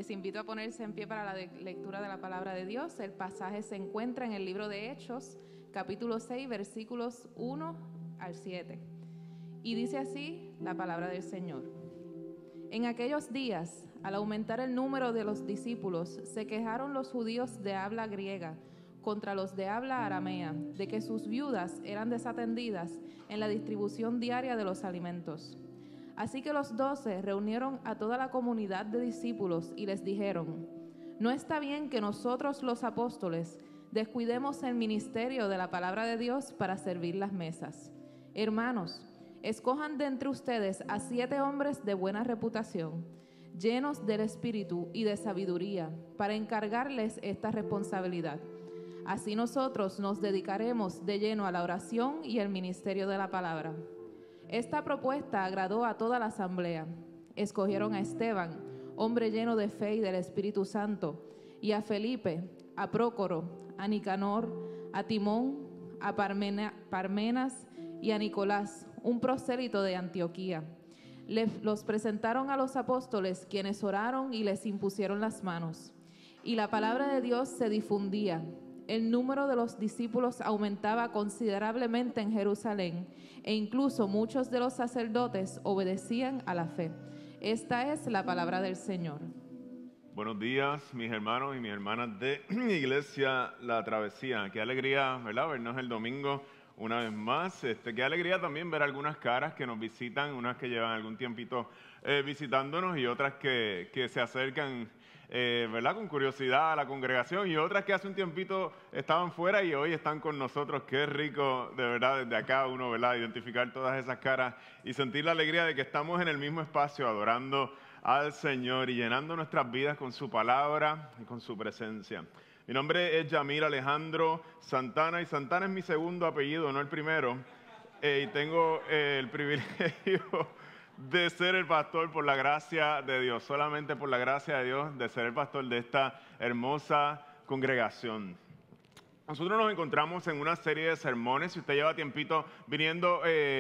Les invito a ponerse en pie para la lectura de la palabra de Dios. El pasaje se encuentra en el libro de Hechos, capítulo 6, versículos 1 al 7. Y dice así la palabra del Señor. En aquellos días, al aumentar el número de los discípulos, se quejaron los judíos de habla griega contra los de habla aramea, de que sus viudas eran desatendidas en la distribución diaria de los alimentos. Así que los 12 reunieron a toda la comunidad de discípulos y les dijeron: no está bien que nosotros los apóstoles descuidemos el ministerio de la palabra de Dios para servir las mesas. Hermanos, escojan de entre ustedes a 7 hombres de buena reputación, llenos del espíritu y de sabiduría, para encargarles esta responsabilidad. Así nosotros nos dedicaremos de lleno a la oración y el ministerio de la palabra. Esta propuesta agradó a toda la asamblea. Escogieron a Esteban, hombre lleno de fe y del Espíritu Santo, y a Felipe, a Prócoro, a Nicanor, a Timón, a Parmenas y a Nicolás, un prosélito de Antioquía. Los presentaron a los apóstoles, quienes oraron y les impusieron las manos. Y la palabra de Dios se difundía. El número de los discípulos aumentaba considerablemente en Jerusalén, e incluso muchos de los sacerdotes obedecían a la fe. Esta es la palabra del Señor. Buenos días, mis hermanos y mis hermanas de Iglesia La Travesía. Qué alegría, ¿verdad?, vernos el domingo una vez más. Qué alegría también ver algunas caras que nos visitan, unas que llevan algún tiempito visitándonos y otras que se acercan ¿verdad?, con curiosidad a la congregación, y otras que hace un tiempito estaban fuera y hoy están con nosotros. Qué rico, de verdad, desde acá uno, ¿verdad?, identificar todas esas caras y sentir la alegría de que estamos en el mismo espacio adorando al Señor y llenando nuestras vidas con su palabra y con su presencia. Mi nombre es Yamir Alejandro Santana, y Santana es mi segundo apellido, no el primero, y tengo el privilegio de ser el pastor por la gracia de Dios, solamente por la gracia de Dios, de ser el pastor de esta hermosa congregación. Nosotros nos encontramos en una serie de sermones. Si usted lleva tiempito viniendo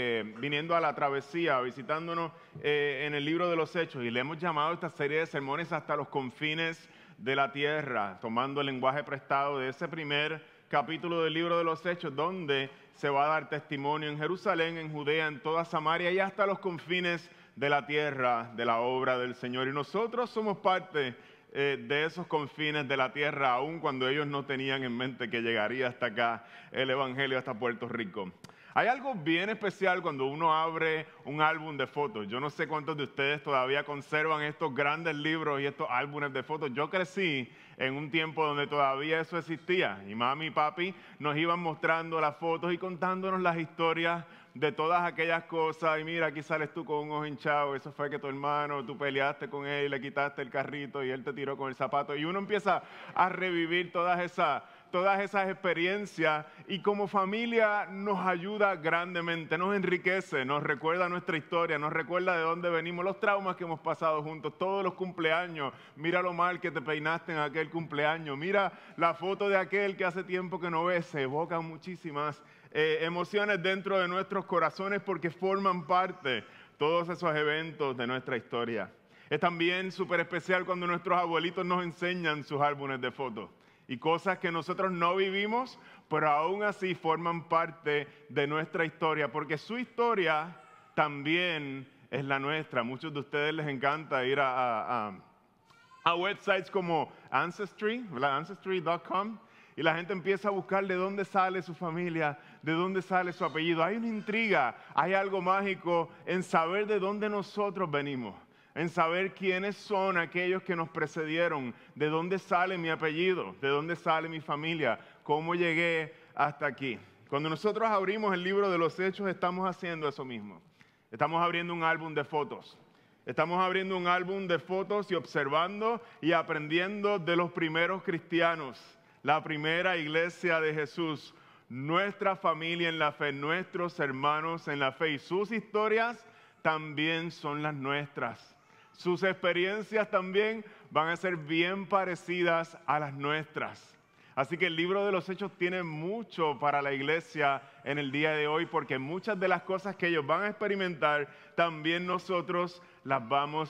a la travesía, visitándonos en el libro de los Hechos, y le hemos llamado esta serie de sermones Hasta los confines de la tierra, tomando el lenguaje prestado de ese primer capítulo del libro de los Hechos, donde se va a dar testimonio en Jerusalén, en Judea, en toda Samaria y hasta los confines de la tierra de la obra del Señor. Y nosotros somos parte de esos confines de la tierra, aun cuando ellos no tenían en mente que llegaría hasta acá el Evangelio, hasta Puerto Rico. Hay algo bien especial cuando uno abre un álbum de fotos. Yo no sé cuántos de ustedes todavía conservan estos grandes libros y estos álbumes de fotos. Yo crecí en un tiempo donde todavía eso existía, y mami y papi nos iban mostrando las fotos y contándonos las historias de todas aquellas cosas. Y mira, aquí sales tú con un ojo hinchado, eso fue que tu hermano, tú peleaste con él, le quitaste el carrito y él te tiró con el zapato, y uno empieza a revivir todas esas experiencias, y como familia nos ayuda grandemente, nos enriquece, nos recuerda nuestra historia, nos recuerda de dónde venimos, los traumas que hemos pasado juntos, todos los cumpleaños. Mira lo mal que te peinaste en aquel cumpleaños, mira la foto de aquel que hace tiempo que no ves. Se evocan muchísimas emociones dentro de nuestros corazones porque forman parte todos esos eventos de nuestra historia. Es también súper especial cuando nuestros abuelitos nos enseñan sus álbumes de fotos y cosas que nosotros no vivimos, pero aún así forman parte de nuestra historia, porque su historia también es la nuestra. Muchos de ustedes les encanta ir a websites como Ancestry, ¿verdad?, Ancestry.com, y la gente empieza a buscar de dónde sale su familia, de dónde sale su apellido. Hay una intriga, hay algo mágico en saber de dónde nosotros venimos, en saber quiénes son aquellos que nos precedieron, de dónde sale mi apellido, de dónde sale mi familia, cómo llegué hasta aquí. Cuando nosotros abrimos el libro de los Hechos, estamos haciendo eso mismo. Estamos abriendo un álbum de fotos. Estamos abriendo un álbum de fotos y observando y aprendiendo de los primeros cristianos, la primera iglesia de Jesús, nuestra familia en la fe, nuestros hermanos en la fe, y sus historias también son las nuestras. Sus experiencias también van a ser bien parecidas a las nuestras. Así que el libro de los Hechos tiene mucho para la iglesia en el día de hoy, porque muchas de las cosas que ellos van a experimentar, también nosotros las vamos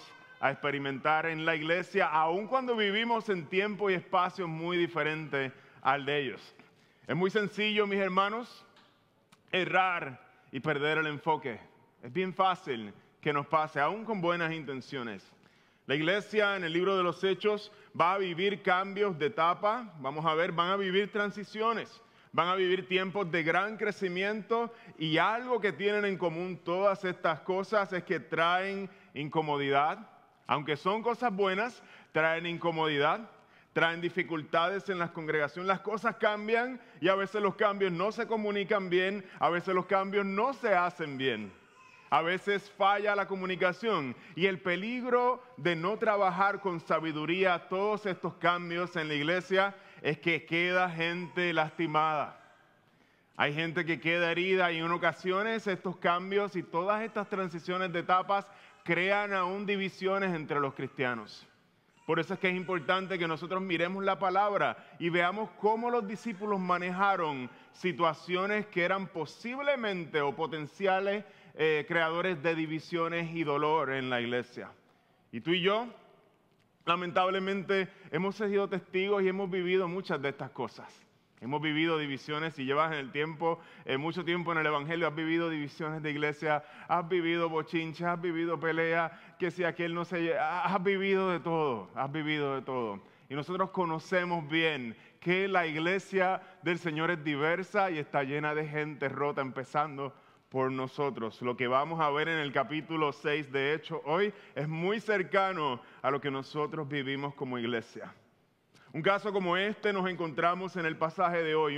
a experimentar en la iglesia, aun cuando vivimos en tiempo y espacios muy diferentes al de ellos. Es muy sencillo, mis hermanos, errar y perder el enfoque. Es bien fácil que nos pase, aún con buenas intenciones. La iglesia en el libro de los Hechos va a vivir cambios de etapa, vamos a ver, van a vivir transiciones, van a vivir tiempos de gran crecimiento y algo que tienen en común todas estas cosas es que traen incomodidad. Aunque son cosas buenas, traen incomodidad, traen dificultades en la congregación. Las cosas cambian y a veces los cambios no se comunican bien, a veces los cambios no se hacen bien. A veces falla la comunicación y el peligro de no trabajar con sabiduría todos estos cambios en la iglesia es que queda gente lastimada. Hay gente que queda herida y en ocasiones estos cambios y todas estas transiciones de etapas crean aún divisiones entre los cristianos. Por eso es que es importante que nosotros miremos la palabra y veamos cómo los discípulos manejaron situaciones que eran posiblemente o potenciales creadores de divisiones y dolor en la iglesia. Y tú y yo, lamentablemente, hemos sido testigos y hemos vivido muchas de estas cosas. Hemos vivido divisiones, si llevas en el tiempo, mucho tiempo en el Evangelio, has vivido divisiones de iglesia, has vivido bochinchas, has vivido peleas, que si aquel no se... Has vivido de todo, has vivido de todo. Y nosotros conocemos bien que la iglesia del Señor es diversa y está llena de gente rota, empezando por nosotros. Lo que vamos a ver en el capítulo 6 de Hechos hoy es muy cercano a lo que nosotros vivimos como iglesia. Un caso como este nos encontramos en el pasaje de hoy,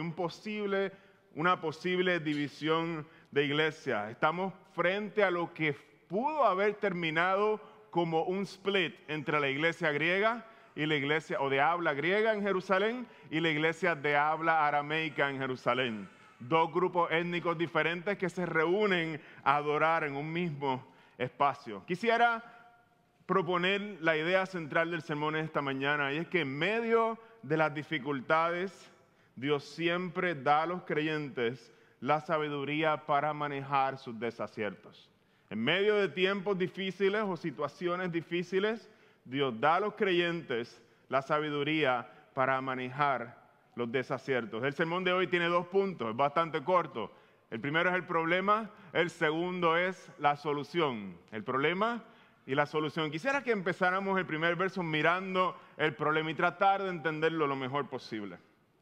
una posible división de iglesia. Estamos frente a lo que pudo haber terminado como un split entre la iglesia griega y la iglesia o de habla griega en Jerusalén y la iglesia de habla arameica en Jerusalén. Dos grupos étnicos diferentes que se reúnen a adorar en un mismo espacio. Quisiera proponer la idea central del sermón de esta mañana, y es que en medio de las dificultades, Dios siempre da a los creyentes la sabiduría para manejar sus desaciertos. En medio de tiempos difíciles o situaciones difíciles, Dios da a los creyentes la sabiduría para manejar los desaciertos. El sermón de hoy tiene 2 puntos, es bastante corto. El primero es el problema, el segundo es la solución. El problema y la solución. Quisiera que empezáramos el primer verso mirando el problema y tratar de entenderlo lo mejor posible.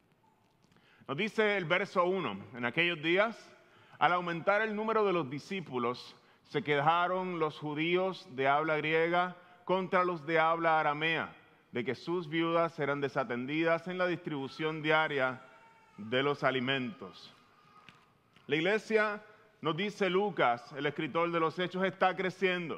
Nos dice el verso 1, en aquellos días, al aumentar el número de los discípulos, se quejaron los judíos de habla griega contra los de habla aramea, de que sus viudas eran desatendidas en la distribución diaria de los alimentos. La iglesia, nos dice Lucas, el escritor de los Hechos, está creciendo.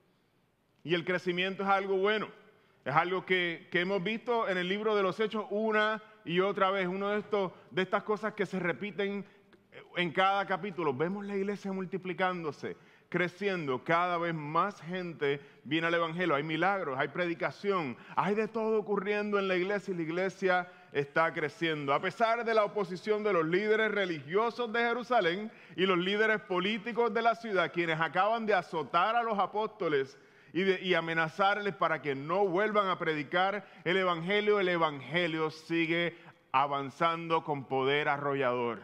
Y el crecimiento es algo bueno, es algo que hemos visto en el libro de los Hechos una y otra vez, de estas cosas que se repiten en cada capítulo. Vemos la iglesia multiplicándose, creciendo, cada vez más gente viene al Evangelio, hay milagros, hay predicación, hay de todo ocurriendo en la iglesia y la iglesia está creciendo. A pesar de la oposición de los líderes religiosos de Jerusalén y los líderes políticos de la ciudad, quienes acaban de azotar a los apóstoles y amenazarles para que no vuelvan a predicar el Evangelio sigue avanzando con poder arrollador.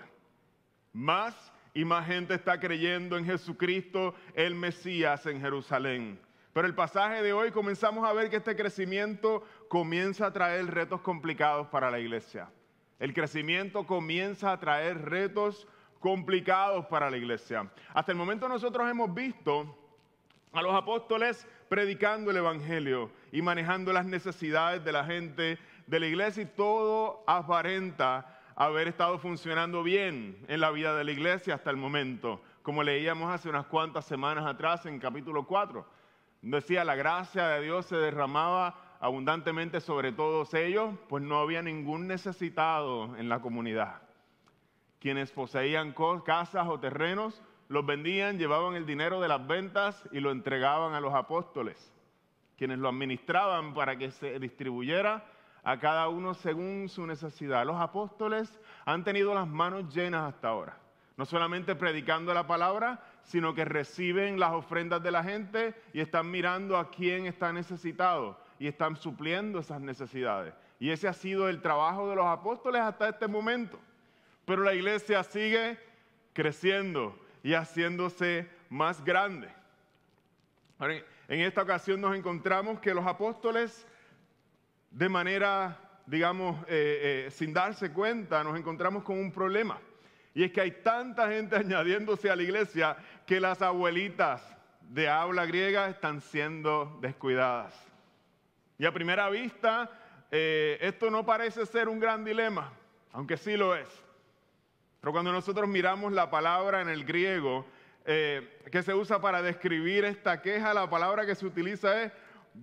Más y más gente está creyendo en Jesucristo, el Mesías, en Jerusalén. Pero el pasaje de hoy comenzamos a ver que este crecimiento comienza a traer retos complicados para la iglesia. El crecimiento comienza a traer retos complicados para la iglesia. Hasta el momento nosotros hemos visto a los apóstoles predicando el Evangelio y manejando las necesidades de la gente de la iglesia, y todo aparenta haber estado funcionando bien en la vida de la iglesia hasta el momento. Como leíamos hace unas cuantas semanas atrás en capítulo 4, decía, la gracia de Dios se derramaba abundantemente sobre todos ellos, pues no había ningún necesitado en la comunidad. Quienes poseían casas o terrenos, los vendían, llevaban el dinero de las ventas y lo entregaban a los apóstoles, quienes lo administraban para que se distribuyera a cada uno según su necesidad. Los apóstoles han tenido las manos llenas hasta ahora, no solamente predicando la palabra, sino que reciben las ofrendas de la gente y están mirando a quién está necesitado y están supliendo esas necesidades. Y ese ha sido el trabajo de los apóstoles hasta este momento. Pero la iglesia sigue creciendo y haciéndose más grande. Ahora, en esta ocasión nos encontramos que los apóstoles, de manera, digamos, sin darse cuenta, nos encontramos con un problema. Y es que hay tanta gente añadiéndose a la iglesia que las abuelitas de habla griega están siendo descuidadas. Y a primera vista, esto no parece ser un gran dilema, aunque sí lo es. Pero cuando nosotros miramos la palabra en el griego que se usa para describir esta queja, la palabra que se utiliza es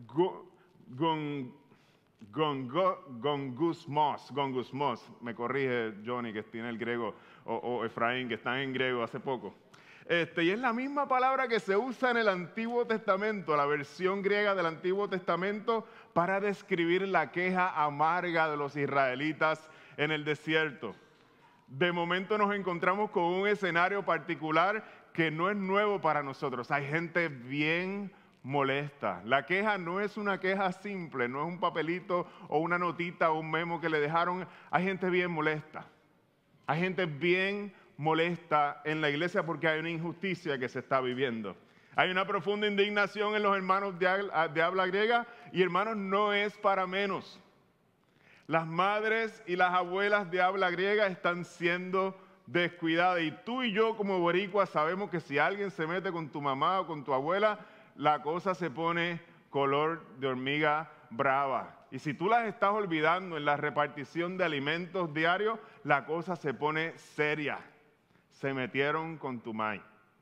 gongusmos. Me corrige Johnny, que tiene el griego, o Efraín, que están en griego hace poco. Y es la misma palabra que se usa en el Antiguo Testamento, la versión griega del Antiguo Testamento, para describir la queja amarga de los israelitas en el desierto. De momento nos encontramos con un escenario particular que no es nuevo para nosotros. Hay gente bien molesta. La queja no es una queja simple, no es un papelito o una notita o un memo que le dejaron. Hay gente bien molesta. Hay gente bien molesta en la iglesia porque hay una injusticia que se está viviendo. Hay una profunda indignación en los hermanos de habla griega y, hermanos, no es para menos. Las madres y las abuelas de habla griega están siendo descuidadas. Y tú y yo como boricuas sabemos que si alguien se mete con tu mamá o con tu abuela, la cosa se pone color de hormiga brava. Y si tú las estás olvidando en la repartición de alimentos diarios, la cosa se pone seria. Se metieron con tu mai,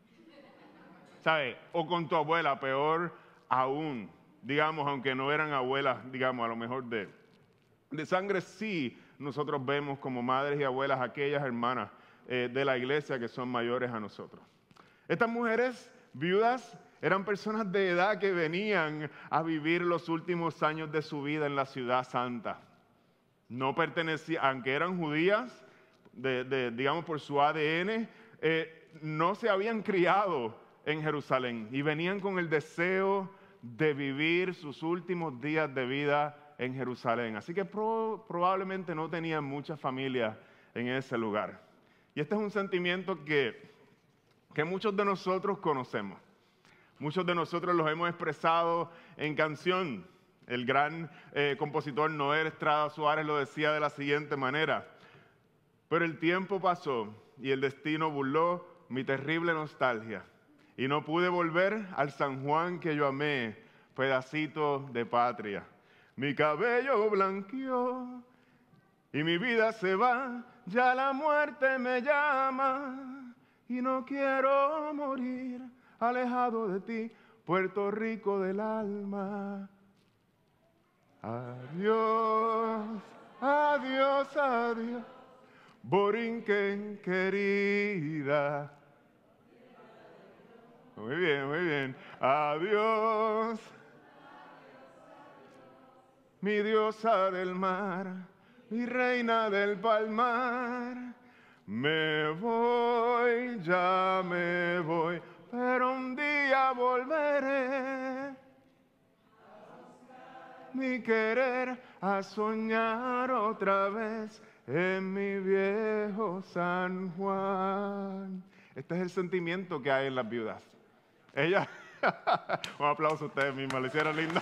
¿sabes? O con tu abuela, peor aún. Digamos, aunque no eran abuelas, digamos, a lo mejor de sangre, sí, nosotros vemos como madres y abuelas aquellas hermanas de la iglesia que son mayores a nosotros. Estas mujeres viudas eran personas de edad que venían a vivir los últimos años de su vida en la ciudad santa. No pertenecían, aunque eran judías, digamos por su ADN, no se habían criado en Jerusalén y venían con el deseo de vivir sus últimos días de vida en Jerusalén. Así que probablemente no tenían mucha familia en ese lugar. Y este es un sentimiento que muchos de nosotros conocemos. Muchos de nosotros los hemos expresado en canción. El gran compositor Noel Estrada Suárez lo decía de la siguiente manera: pero el tiempo pasó y el destino burló mi terrible nostalgia y no pude volver al San Juan que yo amé, pedacito de patria. Mi cabello blanqueó y mi vida se va, ya la muerte me llama y no quiero morir alejado de ti, Puerto Rico del alma. Adiós, adiós, adiós, Borinquen querida. Muy bien, muy bien. Adiós, mi diosa del mar, mi reina del palmar. Me voy, ya me voy, pero un día volveré. Mi querer a soñar otra vez en mi viejo San Juan. Este es el sentimiento que hay en las viudas. Ellas, un aplauso a ustedes mismas, le hicieron lindo.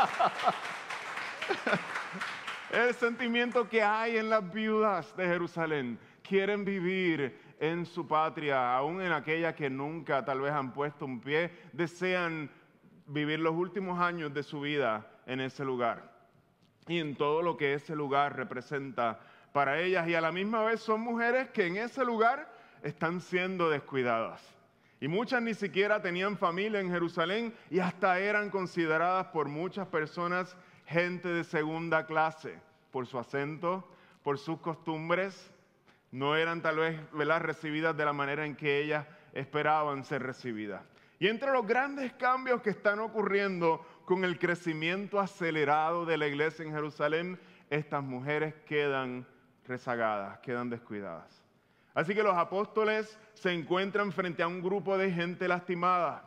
El sentimiento que hay en las viudas de Jerusalén. Quieren vivir en su patria, aún en aquella que nunca tal vez han puesto un pie. Desean vivir los últimos años de su vida en ese lugar y en todo lo que ese lugar representa para ellas. Y a la misma vez son mujeres que en ese lugar están siendo descuidadas. Y muchas ni siquiera tenían familia en Jerusalén y hasta eran consideradas por muchas personas gente de segunda clase, por su acento, por sus costumbres. No eran tal vez, ¿verdad?, recibidas de la manera en que ellas esperaban ser recibidas. Y entre los grandes cambios que están ocurriendo con el crecimiento acelerado de la iglesia en Jerusalén, estas mujeres quedan rezagadas, quedan descuidadas. Así que los apóstoles se encuentran frente a un grupo de gente lastimada,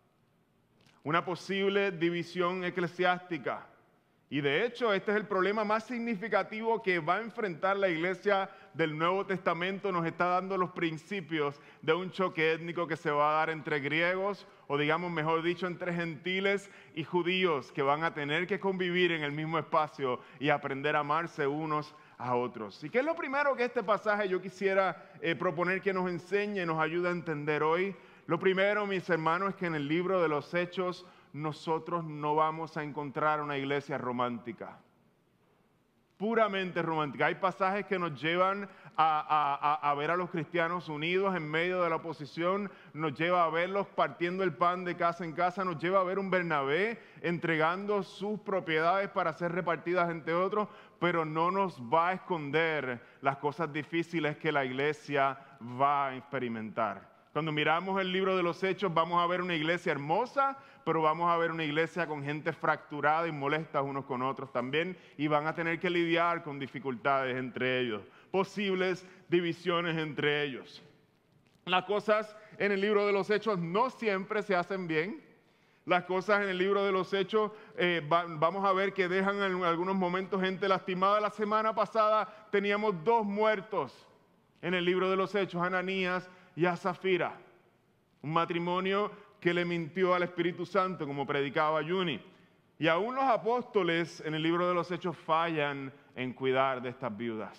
una posible división eclesiástica. Y de hecho, este es el problema más significativo que va a enfrentar la iglesia del Nuevo Testamento. Nos está dando los principios de un choque étnico que se va a dar entre griegos, o digamos, mejor dicho, entre gentiles y judíos, que van a tener que convivir en el mismo espacio y aprender a amarse unos a otros. ¿Y qué es lo primero que este pasaje yo quisiera proponer que nos enseñe, nos ayude a entender hoy? Lo primero, mis hermanos, es que en el libro de los Hechos nosotros no vamos a encontrar una iglesia romántica, puramente romántica. Hay pasajes que nos llevan a ver a los cristianos unidos en medio de la oposición, nos lleva a verlos partiendo el pan de casa en casa, nos lleva a ver un Bernabé entregando sus propiedades para ser repartidas entre otros, pero no nos va a esconder las cosas difíciles que la iglesia va a experimentar. Cuando miramos el libro de los Hechos vamos a ver una iglesia hermosa, pero vamos a ver una iglesia con gente fracturada y molesta unos con otros también, y van a tener que lidiar con dificultades entre ellos, posibles divisiones entre ellos. Las cosas en el libro de los Hechos no siempre se hacen bien. Las cosas en el libro de los Hechos vamos a ver que dejan en algunos momentos gente lastimada. La semana pasada teníamos 2 muertos en el libro de los Hechos, Ananías y a Zafira, un matrimonio que le mintió al Espíritu Santo, como predicaba Juni. Y aún los apóstoles en el libro de los Hechos fallan en cuidar de estas viudas.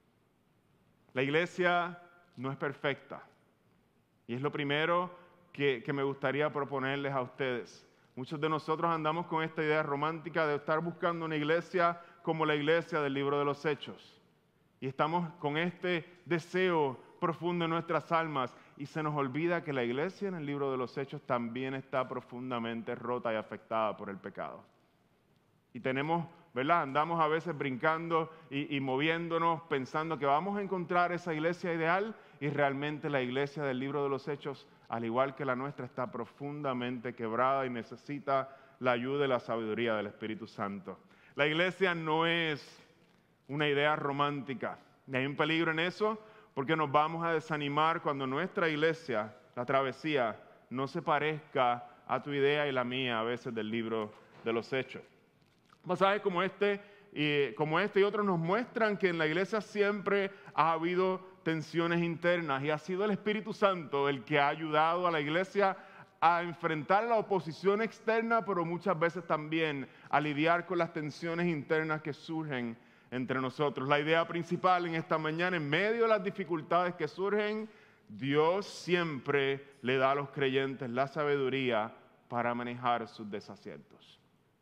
La iglesia no es perfecta. Y es lo primero que me gustaría proponerles a ustedes. Muchos de nosotros andamos con esta idea romántica de estar buscando una iglesia como la iglesia del libro de los Hechos. Y estamos con este deseo profundo en nuestras almas y se nos olvida que la iglesia en el libro de los Hechos también está profundamente rota y afectada por el pecado. Y tenemos, ¿verdad? Andamos a veces brincando y moviéndonos pensando que vamos a encontrar esa iglesia ideal, y realmente la iglesia del libro de los Hechos, al igual que la nuestra, está profundamente quebrada y necesita la ayuda y la sabiduría del Espíritu Santo. La iglesia no es una idea romántica. Y hay un peligro en eso, porque nos vamos a desanimar cuando nuestra iglesia, la travesía, no se parezca a tu idea y la mía a veces del libro de los Hechos. Pasajes como este y otros nos muestran que en la iglesia siempre ha habido tensiones internas y ha sido el Espíritu Santo el que ha ayudado a la iglesia a enfrentar la oposición externa, pero muchas veces también a lidiar con las tensiones internas que surgen entre nosotros. La idea principal en esta mañana, en medio de las dificultades que surgen, Dios siempre le da a los creyentes la sabiduría para manejar sus desaciertos.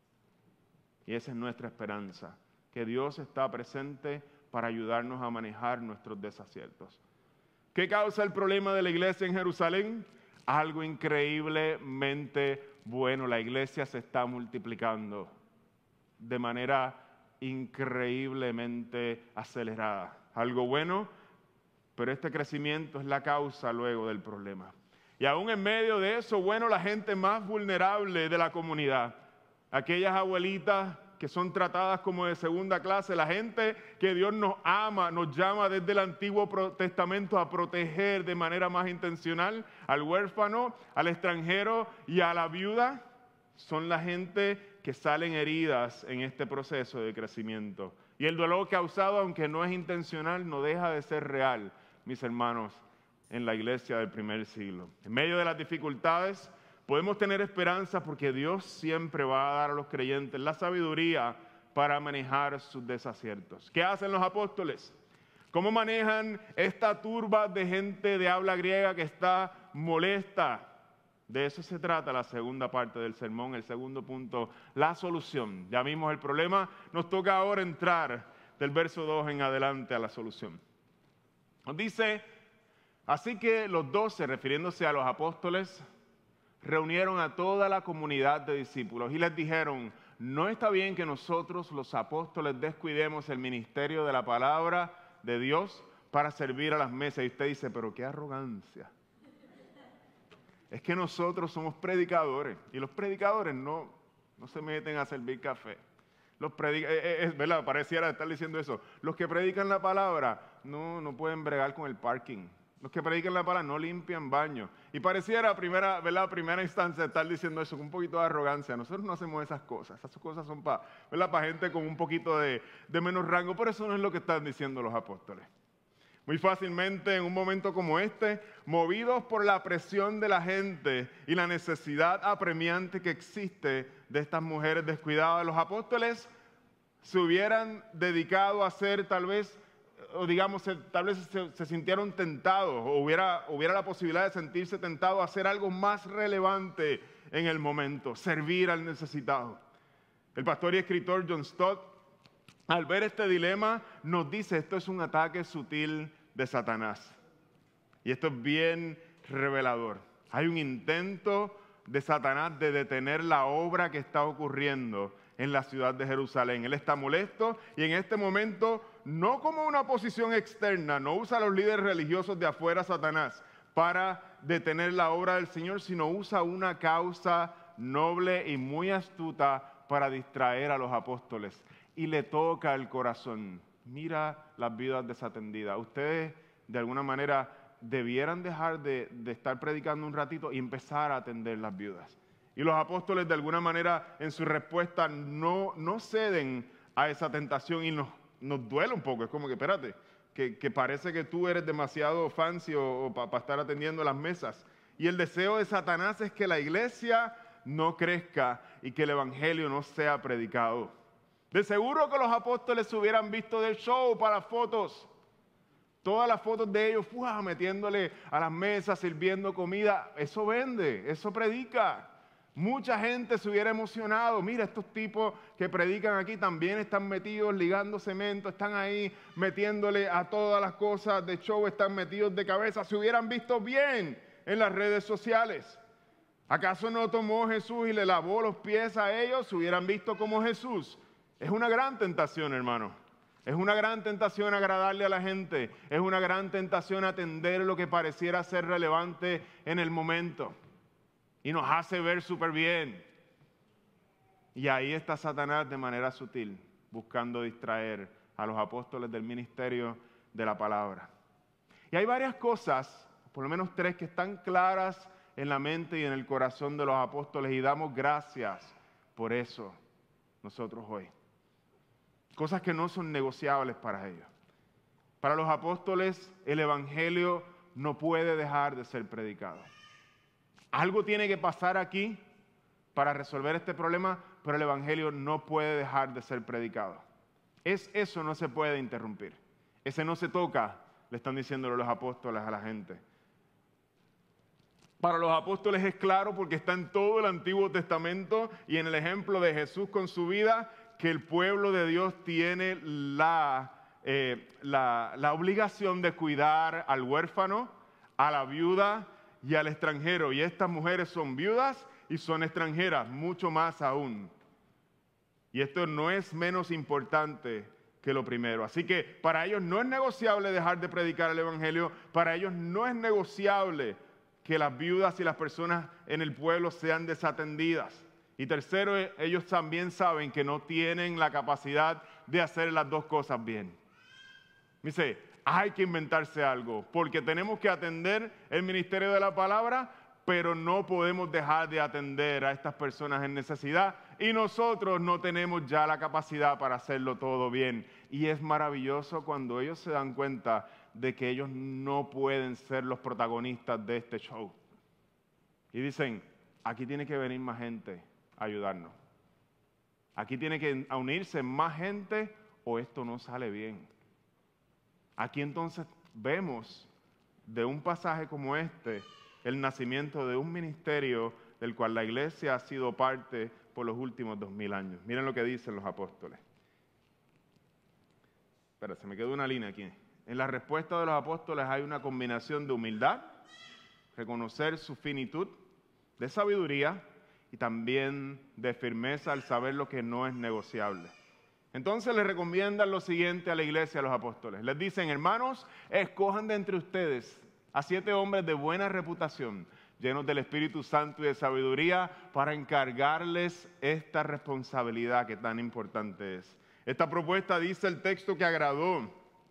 Y esa es nuestra esperanza, que Dios está presente para ayudarnos a manejar nuestros desaciertos. ¿Qué causa el problema de la iglesia en Jerusalén? Algo increíblemente bueno. La iglesia se está multiplicando de manera increíblemente acelerada. Algo bueno, pero este crecimiento es la causa luego del problema. Y aún en medio de eso, bueno, la gente más vulnerable de la comunidad, aquellas abuelitas que son tratadas como de segunda clase, la gente que Dios nos ama, nos llama desde el Antiguo Testamento a proteger de manera más intencional al huérfano, al extranjero y a la viuda, son la gente que salen heridas en este proceso de crecimiento. Y el dolor causado, aunque no es intencional, no deja de ser real, mis hermanos, en la iglesia del primer siglo. En medio de las dificultades, podemos tener esperanza porque Dios siempre va a dar a los creyentes la sabiduría para manejar sus desaciertos. ¿Qué hacen los apóstoles? ¿Cómo manejan esta turba de gente de habla griega que está molesta? De eso se trata la segunda parte del sermón, el segundo punto, la solución. Ya vimos el problema, nos toca ahora entrar del verso 2 en adelante a la solución. Nos dice, así que los 12, refiriéndose a los apóstoles, reunieron a toda la comunidad de discípulos y les dijeron, no está bien que nosotros los apóstoles descuidemos el ministerio de la palabra de Dios para servir a las mesas. Y usted dice, pero qué arrogancia. Es que nosotros somos predicadores y los predicadores no se meten a servir café. ¿Verdad? Pareciera estar diciendo eso. Los que predican la palabra no pueden bregar con el parking. Los que predican la palabra no limpian baños. Y pareciera primera instancia estar diciendo eso con un poquito de arrogancia. Nosotros no hacemos esas cosas. Esas cosas son para gente con un poquito de menos rango. Pero eso no es lo que están diciendo los apóstoles. Muy fácilmente en un momento como este, movidos por la presión de la gente y la necesidad apremiante que existe de estas mujeres descuidadas, los apóstoles se hubieran dedicado a hacer tal vez se sintieron tentados o hubiera la posibilidad de sentirse tentados a hacer algo más relevante en el momento, servir al necesitado. El pastor y escritor John Stott, al ver este dilema, nos dice, esto es un ataque sutil de Satanás. Y esto es bien revelador. Hay un intento de Satanás de detener la obra que está ocurriendo en la ciudad de Jerusalén. Él está molesto y en este momento, no como una posición externa, no usa a los líderes religiosos de afuera Satanás para detener la obra del Señor, sino usa una causa noble y muy astuta para distraer a los apóstoles. Y le toca el corazón. Mira las viudas desatendidas. Ustedes, de alguna manera, debieran dejar de estar predicando un ratito y empezar a atender las viudas. Y los apóstoles, de alguna manera, en su respuesta, no ceden a esa tentación y nos duele un poco. Es como que, espérate, que parece que tú eres demasiado fancy o para estar atendiendo las mesas. Y el deseo de Satanás es que la iglesia no crezca y que el evangelio no sea predicado. De seguro que los apóstoles se hubieran visto del show para las fotos. Todas las fotos de ellos, metiéndole a las mesas, sirviendo comida. Eso vende, eso predica. Mucha gente se hubiera emocionado. Mira, estos tipos que predican aquí también están metidos ligando cemento, están ahí metiéndole a todas las cosas de show, están metidos de cabeza. Se hubieran visto bien en las redes sociales. ¿Acaso no tomó Jesús y le lavó los pies a ellos? Se hubieran visto como Jesús. Es una gran tentación, hermano. Es una gran tentación agradarle a la gente. Es una gran tentación atender lo que pareciera ser relevante en el momento. Y nos hace ver súper bien. Y ahí está Satanás de manera sutil, buscando distraer a los apóstoles del ministerio de la palabra. Y hay varias cosas, por lo menos 3, que están claras en la mente y en el corazón de los apóstoles. Y damos gracias por eso nosotros hoy. Cosas que no son negociables para ellos. Para los apóstoles, el evangelio no puede dejar de ser predicado. Algo tiene que pasar aquí para resolver este problema, pero el evangelio no puede dejar de ser predicado. Eso no se puede interrumpir. Ese no se toca, le están diciendo los apóstoles a la gente. Para los apóstoles es claro porque está en todo el Antiguo Testamento y en el ejemplo de Jesús con su vida, que el pueblo de Dios tiene la obligación de cuidar al huérfano, a la viuda y al extranjero. Y estas mujeres son viudas y son extranjeras, mucho más aún. Y esto no es menos importante que lo primero. Así que para ellos no es negociable dejar de predicar el evangelio. Para ellos no es negociable que las viudas y las personas en el pueblo sean desatendidas. Y tercero, ellos también saben que no tienen la capacidad de hacer las dos cosas bien. Dice, hay que inventarse algo, porque tenemos que atender el ministerio de la palabra, pero no podemos dejar de atender a estas personas en necesidad y nosotros no tenemos ya la capacidad para hacerlo todo bien. Y es maravilloso cuando ellos se dan cuenta de que ellos no pueden ser los protagonistas de este show. Y dicen, aquí tiene que venir más gente a ayudarnos. Aquí tiene que unirse más gente o esto no sale bien. Aquí entonces vemos de un pasaje como este el nacimiento de un ministerio del cual la iglesia ha sido parte por los últimos 2000 años. Miren lo que dicen los apóstoles. Espera, se me quedó una línea aquí. En la respuesta de los apóstoles hay una combinación de humildad, reconocer su finitud, de sabiduría y también de firmeza al saber lo que no es negociable. Entonces les recomiendan lo siguiente a la iglesia, a los apóstoles. Les dicen, hermanos, escojan de entre ustedes a 7 hombres de buena reputación, llenos del Espíritu Santo y de sabiduría, para encargarles esta responsabilidad que tan importante es. Esta propuesta, dice el texto, que agradó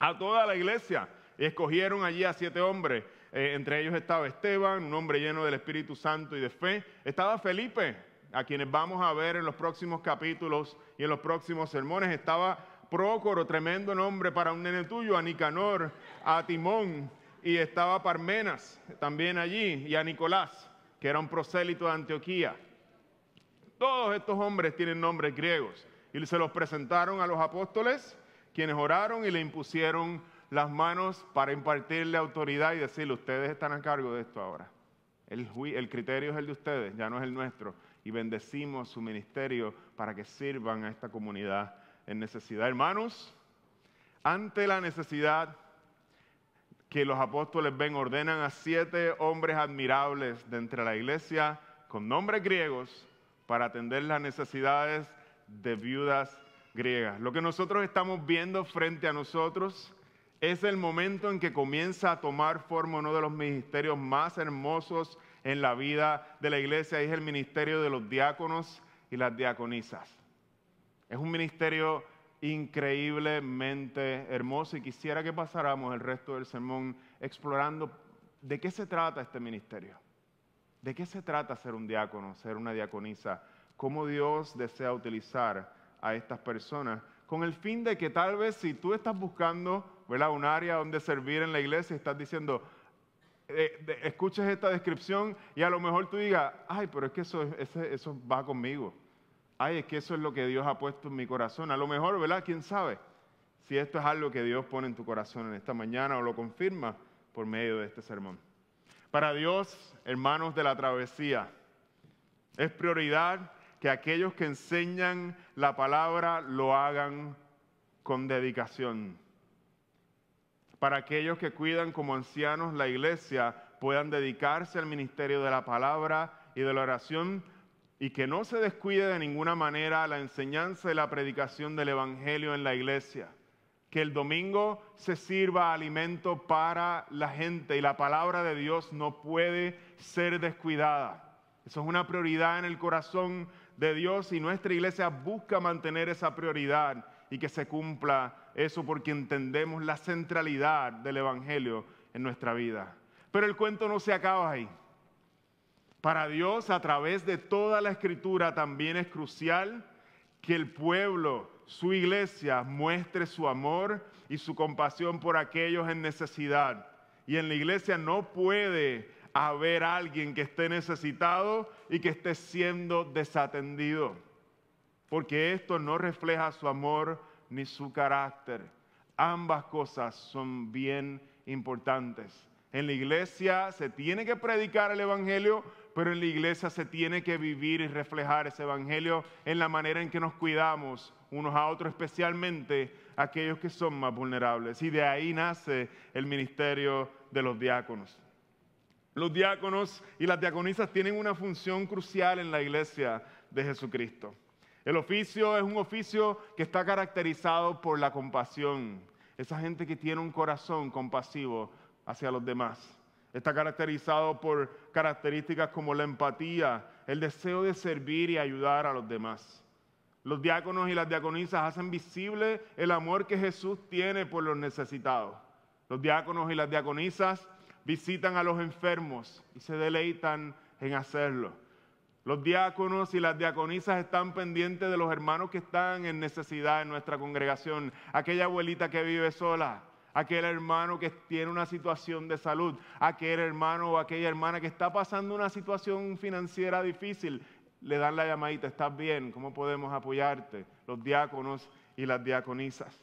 a toda la iglesia. Y escogieron allí a 7 hombres. Entre ellos estaba Esteban, un hombre lleno del Espíritu Santo y de fe. Estaba Felipe, a quienes vamos a ver en los próximos capítulos y en los próximos sermones. Estaba Prócoro, tremendo nombre para un nene tuyo, a Nicanor, a Timón, y estaba Parmenas también allí, y a Nicolás, que era un prosélito de Antioquía. Todos estos hombres tienen nombres griegos, y se los presentaron a los apóstoles, quienes oraron y le impusieron las manos para impartirle autoridad y decirle: ustedes están a cargo de esto ahora. El criterio es el de ustedes, ya no es el nuestro. Y bendecimos su ministerio para que sirvan a esta comunidad en necesidad. Hermanos, ante la necesidad que los apóstoles ven, ordenan a 7 hombres admirables de entre la iglesia con nombres griegos para atender las necesidades de viudas griegas. Lo que nosotros estamos viendo frente a nosotros es el momento en que comienza a tomar forma uno de los ministerios más hermosos en la vida de la iglesia, y es el ministerio de los diáconos y las diaconisas. Es un ministerio increíblemente hermoso, y quisiera que pasáramos el resto del sermón explorando de qué se trata este ministerio. ¿De qué se trata ser un diácono, ser una diaconisa? ¿Cómo Dios desea utilizar a estas personas? Con el fin de que tal vez si tú estás buscando, ¿verdad?, un área donde servir en la iglesia y estás diciendo, escuches esta descripción y a lo mejor tú digas: ay, pero es que eso va conmigo. Ay, es que eso es lo que Dios ha puesto en mi corazón. A lo mejor, ¿verdad?, quién sabe si esto es algo que Dios pone en tu corazón en esta mañana o lo confirma por medio de este sermón. Para Dios, hermanos de la travesía, es prioridad que aquellos que enseñan la palabra lo hagan con dedicación. Para aquellos que cuidan como ancianos la iglesia, puedan dedicarse al ministerio de la palabra y de la oración, y que no se descuide de ninguna manera la enseñanza y la predicación del evangelio en la iglesia. Que el domingo se sirva alimento para la gente, y la palabra de Dios no puede ser descuidada. Eso es una prioridad en el corazón de Dios, y nuestra iglesia busca mantener esa prioridad y que se cumpla eso, porque entendemos la centralidad del evangelio en nuestra vida. Pero el cuento no se acaba ahí. Para Dios, a través de toda la Escritura, también es crucial que el pueblo, su iglesia, muestre su amor y su compasión por aquellos en necesidad. Y en la iglesia no puede haber alguien que esté necesitado y que esté siendo desatendido, porque esto no refleja su amor ni su carácter. Ambas cosas son bien importantes. En la iglesia se tiene que predicar el evangelio, pero en la iglesia se tiene que vivir y reflejar ese evangelio en la manera en que nos cuidamos unos a otros, especialmente aquellos que son más vulnerables. Y de ahí nace el ministerio de los diáconos. Los diáconos y las diaconisas tienen una función crucial en la iglesia de Jesucristo. El oficio es un oficio que está caracterizado por la compasión. Esa gente que tiene un corazón compasivo hacia los demás. Está caracterizado por características como la empatía, el deseo de servir y ayudar a los demás. Los diáconos y las diaconisas hacen visible el amor que Jesús tiene por los necesitados. Los diáconos y las diaconisas visitan a los enfermos y se deleitan en hacerlo. Los diáconos y las diaconisas están pendientes de los hermanos que están en necesidad en nuestra congregación. Aquella abuelita que vive sola, aquel hermano que tiene una situación de salud, aquel hermano o aquella hermana que está pasando una situación financiera difícil. Le dan la llamadita: ¿estás bien? ¿Cómo podemos apoyarte? Los diáconos y las diaconisas.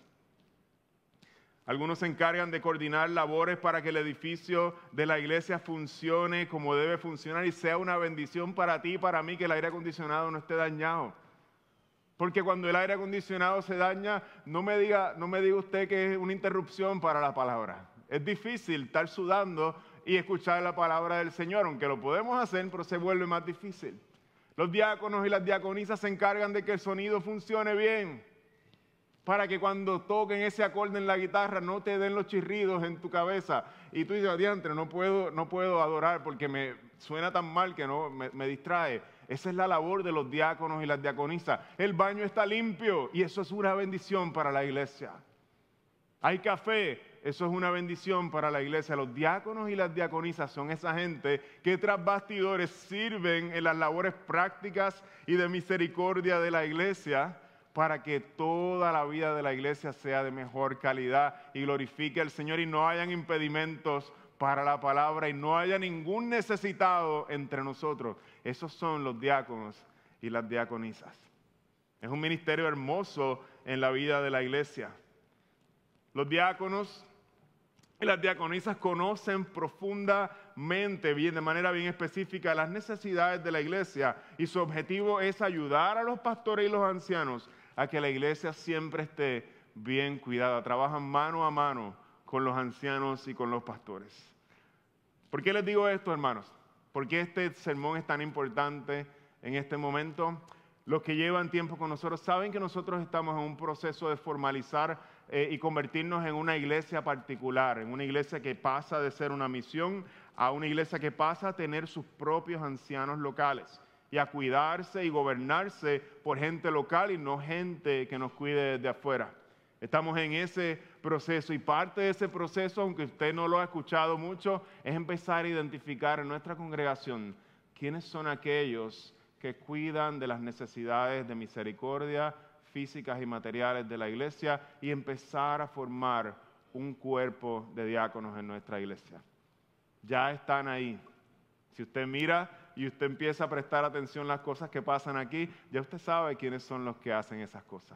Algunos se encargan de coordinar labores para que el edificio de la iglesia funcione como debe funcionar y sea una bendición para ti y para mí que el aire acondicionado no esté dañado. Porque cuando el aire acondicionado se daña, no me diga usted que es una interrupción para la palabra. Es difícil estar sudando y escuchar la palabra del Señor, aunque lo podemos hacer, pero se vuelve más difícil. Los diáconos y las diaconisas se encargan de que el sonido funcione bien, para que cuando toquen ese acorde en la guitarra no te den los chirridos en tu cabeza y tú dices: adiantre, no puedo adorar porque me suena tan mal que me distrae. Esa es la labor de los diáconos y las diaconisas. El baño está limpio y eso es una bendición para la iglesia. Hay café, eso es una bendición para la iglesia. Los diáconos y las diaconisas son esa gente que tras bastidores sirven en las labores prácticas y de misericordia de la iglesia para que toda la vida de la iglesia sea de mejor calidad y glorifique al Señor y no hayan impedimentos para la palabra y no haya ningún necesitado entre nosotros. Esos son los diáconos y las diaconisas. Es un ministerio hermoso en la vida de la iglesia. Los diáconos y las diaconisas conocen profundamente, de manera bien específica, las necesidades de la iglesia y su objetivo es ayudar a los pastores y los ancianos a que la iglesia siempre esté bien cuidada. Trabajan mano a mano con los ancianos y con los pastores. ¿Por qué les digo esto, hermanos? ¿Por qué este sermón es tan importante en este momento? Los que llevan tiempo con nosotros saben que nosotros estamos en un proceso de formalizar y convertirnos en una iglesia particular, en una iglesia que pasa de ser una misión a una iglesia que pasa a tener sus propios ancianos locales y a cuidarse y gobernarse por gente local y no gente que nos cuide desde afuera. Estamos en ese proceso y parte de ese proceso, aunque usted no lo ha escuchado mucho, es empezar a identificar en nuestra congregación quiénes son aquellos que cuidan de las necesidades de misericordia físicas y materiales de la iglesia y empezar a formar un cuerpo de diáconos en nuestra iglesia. Ya están ahí. Si usted mira y usted empieza a prestar atención a las cosas que pasan aquí, ya usted sabe quiénes son los que hacen esas cosas.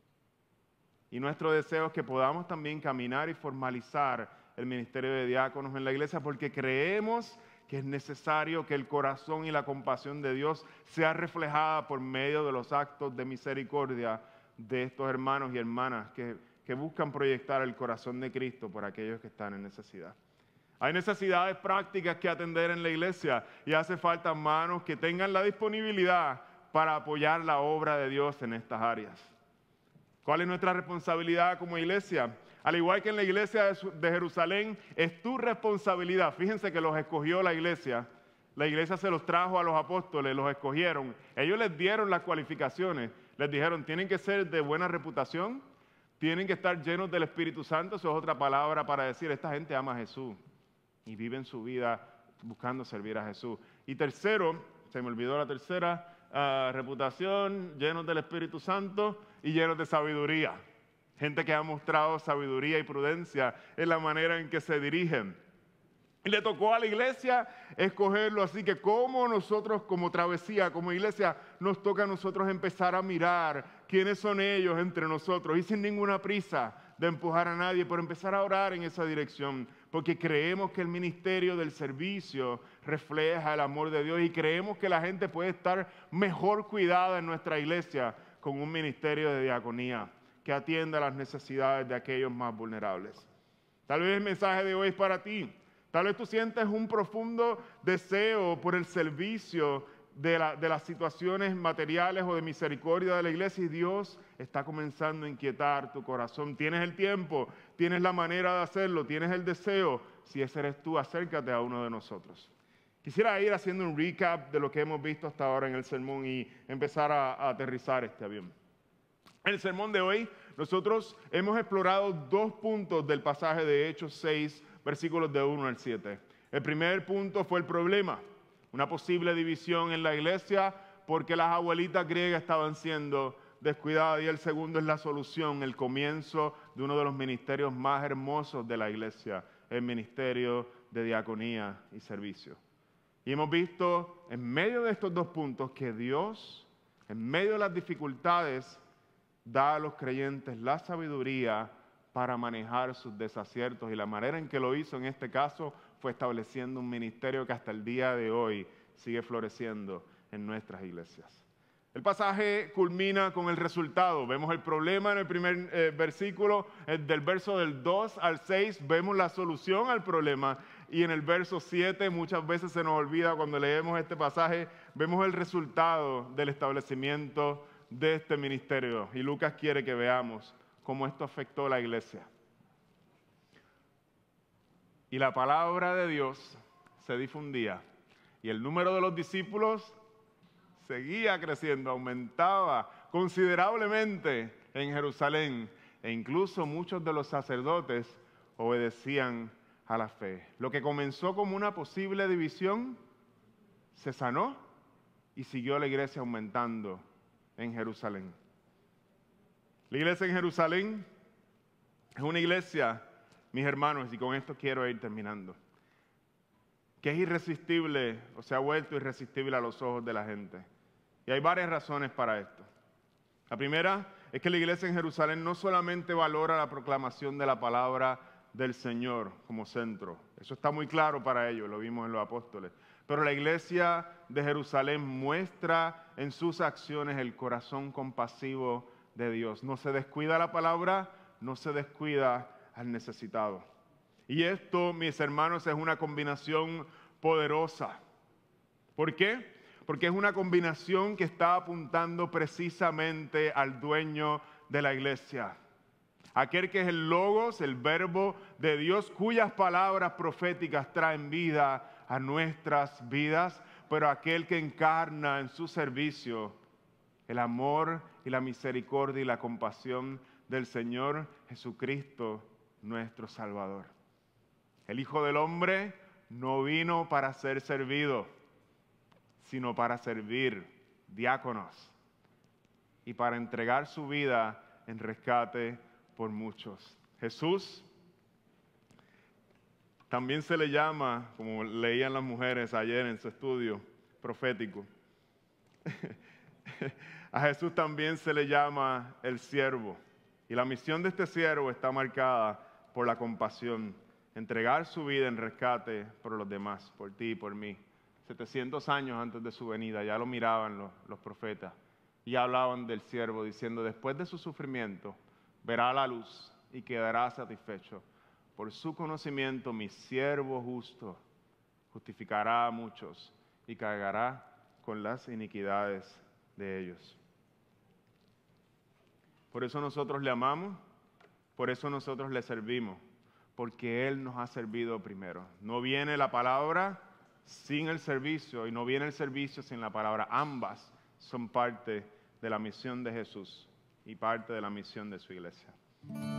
Y nuestro deseo es que podamos también caminar y formalizar el ministerio de diáconos en la iglesia porque creemos que es necesario que el corazón y la compasión de Dios sea reflejada por medio de los actos de misericordia de estos hermanos y hermanas que buscan proyectar el corazón de Cristo por aquellos que están en necesidad. Hay necesidades prácticas que atender en la iglesia y hace falta manos que tengan la disponibilidad para apoyar la obra de Dios en estas áreas. ¿Cuál es nuestra responsabilidad como iglesia? Al igual que en la iglesia de Jerusalén, es tu responsabilidad. Fíjense que los escogió la iglesia se los trajo a los apóstoles, los escogieron. Ellos les dieron las cualificaciones, les dijeron, tienen que ser de buena reputación, tienen que estar llenos del Espíritu Santo, eso es otra palabra para decir, esta gente ama a Jesús y viven su vida buscando servir a Jesús. Y tercero, se me olvidó la tercera, reputación, llenos del Espíritu Santo y llenos de sabiduría. Gente que ha mostrado sabiduría y prudencia en la manera en que se dirigen. Y le tocó a la iglesia escogerlo, así que como nosotros, como Travesía, como iglesia, nos toca a nosotros empezar a mirar quiénes son ellos entre nosotros y sin ninguna prisa de empujar a nadie, por empezar a orar en esa dirección, porque creemos que el ministerio del servicio refleja el amor de Dios y creemos que la gente puede estar mejor cuidada en nuestra iglesia con un ministerio de diaconía que atienda las necesidades de aquellos más vulnerables. Tal vez el mensaje de hoy es para ti. Tal vez tú sientes un profundo deseo por el servicio de las situaciones materiales o de misericordia de la iglesia y Dios está comenzando a inquietar tu corazón. Tienes el tiempo, tienes la manera de hacerlo, tienes el deseo. Si ese eres tú, acércate a uno de nosotros. Quisiera ir haciendo un recap de lo que hemos visto hasta ahora en el sermón y empezar a aterrizar este avión. En el sermón de hoy, nosotros hemos explorado 2 puntos del pasaje de Hechos 6, versículos de 1 al 7. El primer punto fue el problema, una posible división en la iglesia porque las abuelitas griegas estaban siendo descuidadas. Y el segundo es la solución, el comienzo de uno de los ministerios más hermosos de la iglesia, el ministerio de diaconía y servicio. Y hemos visto en medio de estos 2 puntos que Dios, en medio de las dificultades, da a los creyentes la sabiduría para manejar sus desaciertos y la manera en que lo hizo en este caso fue estableciendo un ministerio que hasta el día de hoy sigue floreciendo en nuestras iglesias. El pasaje culmina con el resultado. Vemos el problema en el primer versículo, del verso del 2 al 6 vemos la solución al problema y en el verso 7 muchas veces se nos olvida cuando leemos este pasaje, vemos el resultado del establecimiento de este ministerio y Lucas quiere que veamos cómo esto afectó a la iglesia. Y la palabra de Dios se difundía y el número de los discípulos seguía creciendo, aumentaba considerablemente en Jerusalén e incluso muchos de los sacerdotes obedecían a la fe. Lo que comenzó como una posible división se sanó y siguió la iglesia aumentando en Jerusalén. La iglesia en Jerusalén es una iglesia, mis hermanos, y con esto quiero ir terminando, que es irresistible o se ha vuelto irresistible a los ojos de la gente. Y hay varias razones para esto. La primera es que la iglesia en Jerusalén no solamente valora la proclamación de la palabra del Señor como centro, eso está muy claro para ellos, lo vimos en los apóstoles, pero la iglesia de Jerusalén muestra en sus acciones el corazón compasivo de Dios. No se descuida la palabra, no se descuida al necesitado. Y esto, mis hermanos, es una combinación poderosa. ¿Por qué? Porque es una combinación que está apuntando precisamente al dueño de la iglesia. Aquel que es el Logos, el Verbo de Dios, cuyas palabras proféticas traen vida a nuestras vidas, pero aquel que encarna en su servicio el amor y la misericordia y la compasión del Señor Jesucristo, nuestro Salvador. El Hijo del Hombre no vino para ser servido, sino para servir, diáconos, y para entregar su vida en rescate por muchos. Jesús también se le llama, como leían las mujeres ayer en su estudio profético, a Jesús también se le llama el siervo. Y la misión de este siervo está marcada por la compasión, entregar su vida en rescate por los demás, por ti y por mí. 700 años antes de su venida ya lo miraban los profetas y hablaban del siervo diciendo: después de su sufrimiento verá la luz y quedará satisfecho. Por su conocimiento mi siervo justo justificará a muchos y cargará con las iniquidades de ellos. Por eso nosotros le amamos, por eso nosotros le servimos, porque Él nos ha servido primero. No viene la palabra sin el servicio y no viene el servicio sin la palabra. Ambas son parte de la misión de Jesús y parte de la misión de su iglesia.